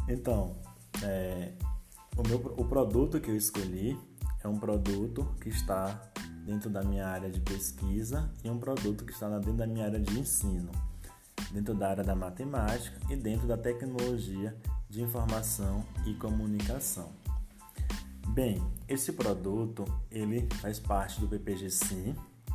Então, o produto que eu escolhi é um produto que está dentro da minha área de pesquisa e um produto que está dentro da minha área de ensino, dentro da área da matemática e dentro da tecnologia de informação e comunicação. Bem, esse produto ele faz parte do PPG-SIM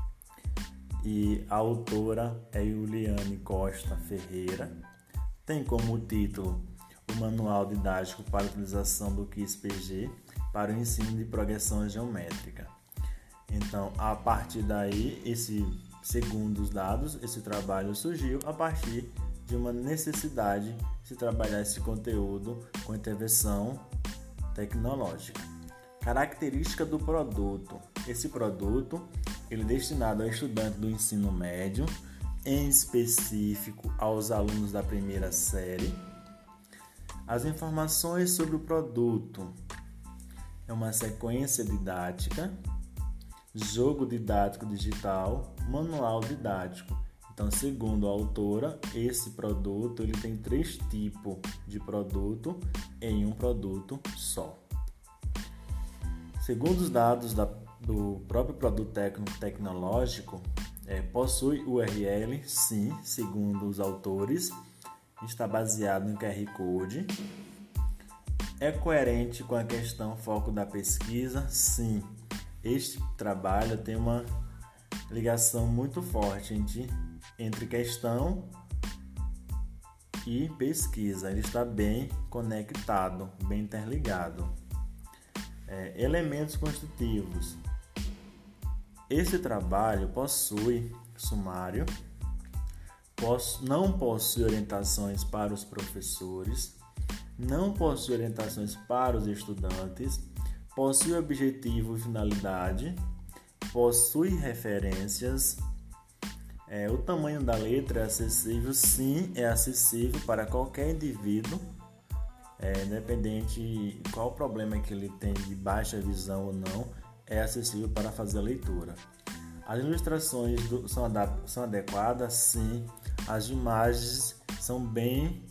e a autora é Juliane Costa Ferreira. Tem como título o Manual Didático para a Utilização do QIS-PG para o Ensino de Progressão Geométrica. Então, a partir daí, segundo os dados, esse trabalho surgiu a partir de uma necessidade de se trabalhar esse conteúdo com intervenção tecnológica. Característica do produto. Esse produto ele é destinado ao estudante do ensino médio, em específico aos alunos da primeira série. As informações sobre o produto é uma sequência didática, jogo didático digital, manual didático. Então, segundo a autora, esse produto ele tem 3 tipos de produto em um produto só. Segundo os dados do próprio produto tecnológico, possui URL, sim, segundo os autores, está baseado em QR Code, é coerente com a questão foco da pesquisa, sim. Este trabalho tem uma ligação muito forte entre questão e pesquisa. Ele está bem conectado, bem interligado. Elementos constitutivos. Esse trabalho possui sumário, não possui orientações para os professores, não possui orientações para os estudantes, possui objetivo e finalidade, possui referências. O tamanho da letra é acessível? Sim, é acessível para qualquer indivíduo, independente de qual problema que ele tem de baixa visão ou não, é acessível para fazer a leitura. As ilustrações são adequadas? Sim. As imagens são bem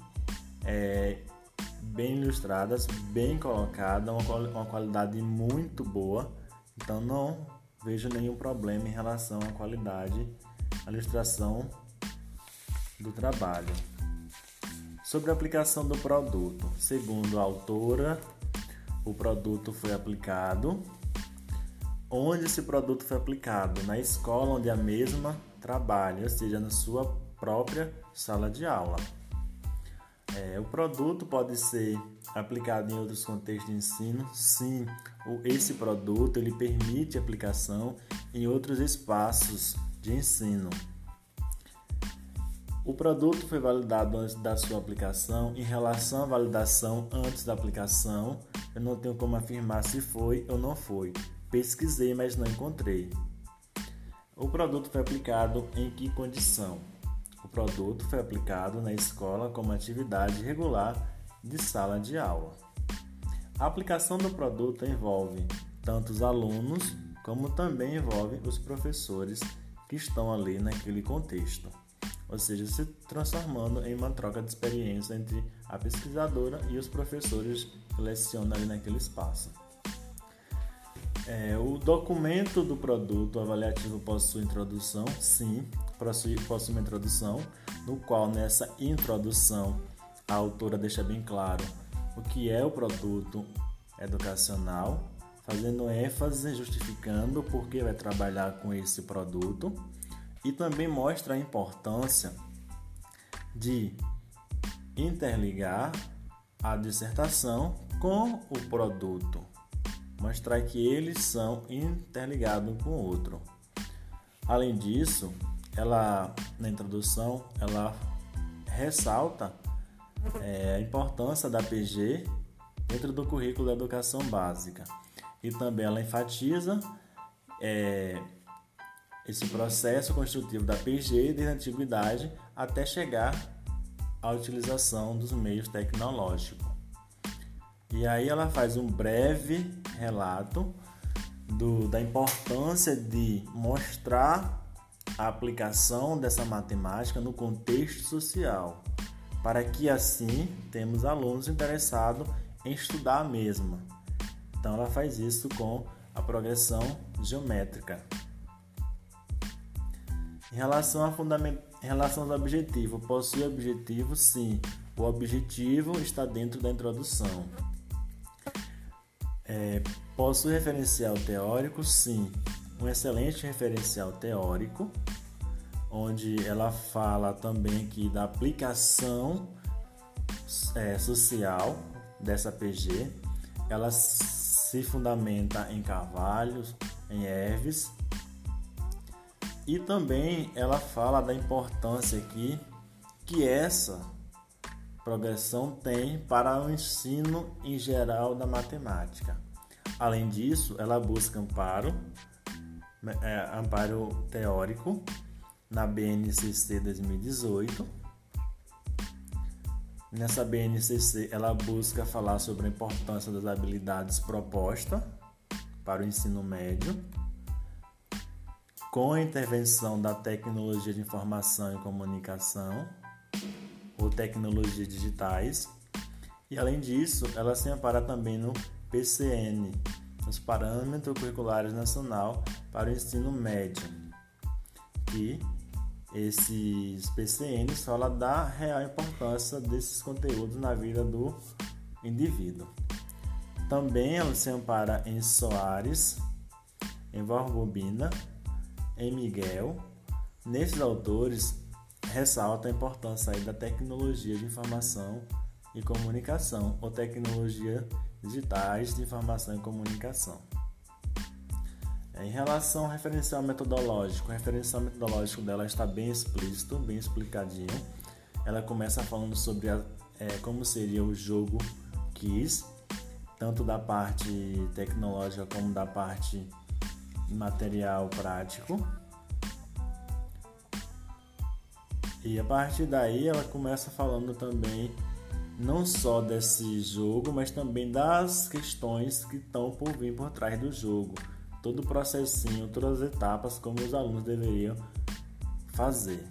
ilustradas, bem colocadas, uma qualidade muito boa. Então não vejo nenhum problema em relação à qualidade, à ilustração do trabalho. Sobre a aplicação do produto. Segundo a autora, o produto foi aplicado. Onde esse produto foi aplicado? Na escola onde a mesma trabalha, ou seja, na sua própria sala de aula. O produto pode ser aplicado em outros contextos de ensino? Sim, esse produto ele permite aplicação em outros espaços de ensino. O produto foi validado antes da sua aplicação. Em relação à validação antes da aplicação, eu não tenho como afirmar se foi ou não foi. Pesquisei, mas não encontrei. O produto foi aplicado em que condição? O produto foi aplicado na escola como atividade regular de sala de aula. A aplicação do produto envolve tanto os alunos, como também envolve os professores que estão ali naquele contexto. Ou seja, se transformando em uma troca de experiência entre a pesquisadora e os professores que lecionam ali naquele espaço. O documento do produto avaliativo possui introdução? Sim, possui uma introdução, no qual nessa introdução a autora deixa bem claro o que é o produto educacional, fazendo ênfase, justificando por que vai trabalhar com esse produto e também mostra a importância de interligar a dissertação com o produto. Mostrar que eles são interligados um com o outro. Além disso, na introdução, ela ressalta a importância da PG dentro do currículo da educação básica. E também ela enfatiza esse processo construtivo da PG desde a antiguidade até chegar à utilização dos meios tecnológicos. E aí ela faz um breve relato da importância de mostrar a aplicação dessa matemática no contexto social, para que assim temos alunos interessados em estudar a mesma. Então ela faz isso com a progressão geométrica. Em relação aos objetivos, possui objetivo? Sim, o objetivo está dentro da introdução. Possui referencial teórico? Sim, um excelente referencial teórico, onde ela fala também aqui da aplicação social dessa PG. Ela se fundamenta em Carvalho, em Herves, e também ela fala da importância aqui que essa progressão tem para o ensino em geral da matemática. Além disso, ela busca amparo teórico na BNCC 2018. Nessa BNCC, ela busca falar sobre a importância das habilidades propostas para o ensino médio, com a intervenção da tecnologia de informação e comunicação, ou tecnologias digitais. E, além disso, ela se ampara também no PCN, os Parâmetros Curriculares Nacional para o Ensino Médio, que esses PCNs falam da real importância desses conteúdos na vida do indivíduo. Também ela se ampara em Soares, em Vorbobina, em Miguel. Nesses autores, ressalta a importância aí da tecnologia de informação e comunicação, ou tecnologia digitais de informação e comunicação. Em relação ao referencial metodológico, o referencial metodológico dela está bem explícito, bem explicadinho. Ela começa falando sobre como seria o jogo KISS, tanto da parte tecnológica como da parte material prático. E a partir daí ela começa falando também não só desse jogo, mas também das questões que estão por vir por trás do jogo. Todo o processinho, todas as etapas como os alunos deveriam fazer.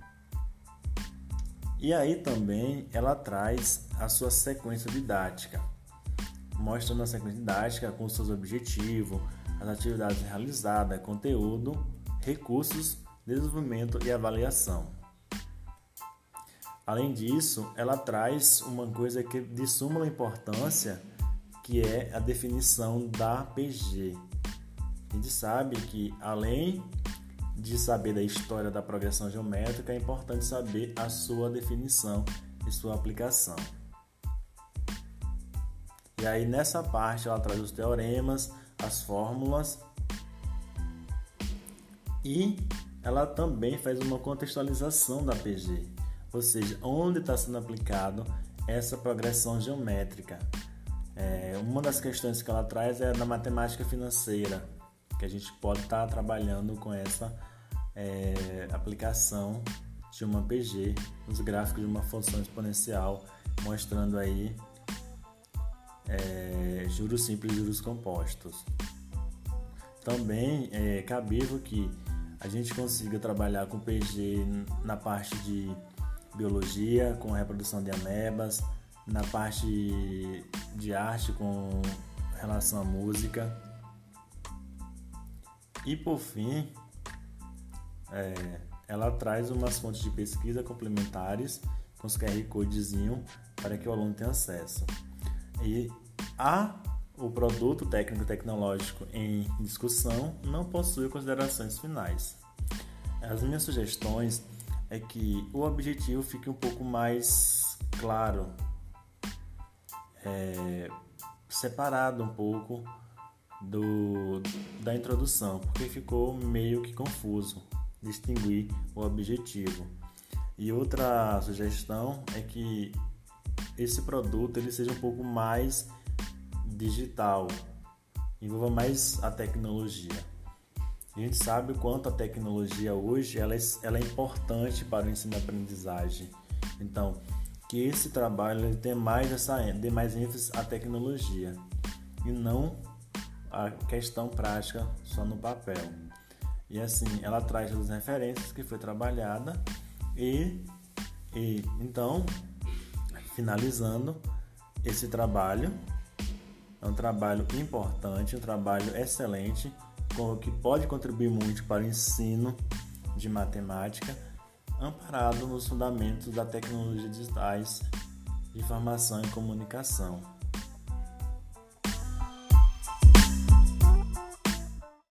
E aí também ela traz a sua sequência didática, mostrando a sequência didática com seus objetivos, as atividades realizadas, conteúdo, recursos, desenvolvimento e avaliação. Além disso, ela traz uma coisa que de suma importância, que é a definição da PG. A gente sabe que, além de saber da história da progressão geométrica, é importante saber a sua definição e sua aplicação. E aí, nessa parte, ela traz os teoremas, as fórmulas, e ela também faz uma contextualização da PG, ou seja, onde está sendo aplicado essa progressão geométrica. Uma das questões que ela traz é na matemática financeira, que a gente pode estar trabalhando com essa aplicação de uma PG, os gráficos de uma função exponencial, mostrando aí juros simples e juros compostos. Também é cabível que a gente consiga trabalhar com PG na parte de biologia, com a reprodução de amebas, na parte de arte, com relação à música. E por fim, ela traz umas fontes de pesquisa complementares com os QR Codezinho para que o aluno tenha acesso. E o produto técnico-tecnológico em discussão não possui considerações finais. As minhas sugestões é que o objetivo fique um pouco mais claro, separado um pouco da introdução, porque ficou meio que confuso distinguir o objetivo. E outra sugestão é que esse produto ele seja um pouco mais digital, envolva mais a tecnologia. A gente sabe o quanto a tecnologia hoje ela é importante para o ensino e aprendizagem. Então, que esse trabalho ele dê mais ênfase à tecnologia e não a questão prática só no papel. E assim, ela traz as referências que foi trabalhada e então Finalizando, esse trabalho é um trabalho importante, um trabalho excelente, que pode contribuir muito para o ensino de matemática, amparado nos fundamentos da tecnologia digitais de informação e comunicação.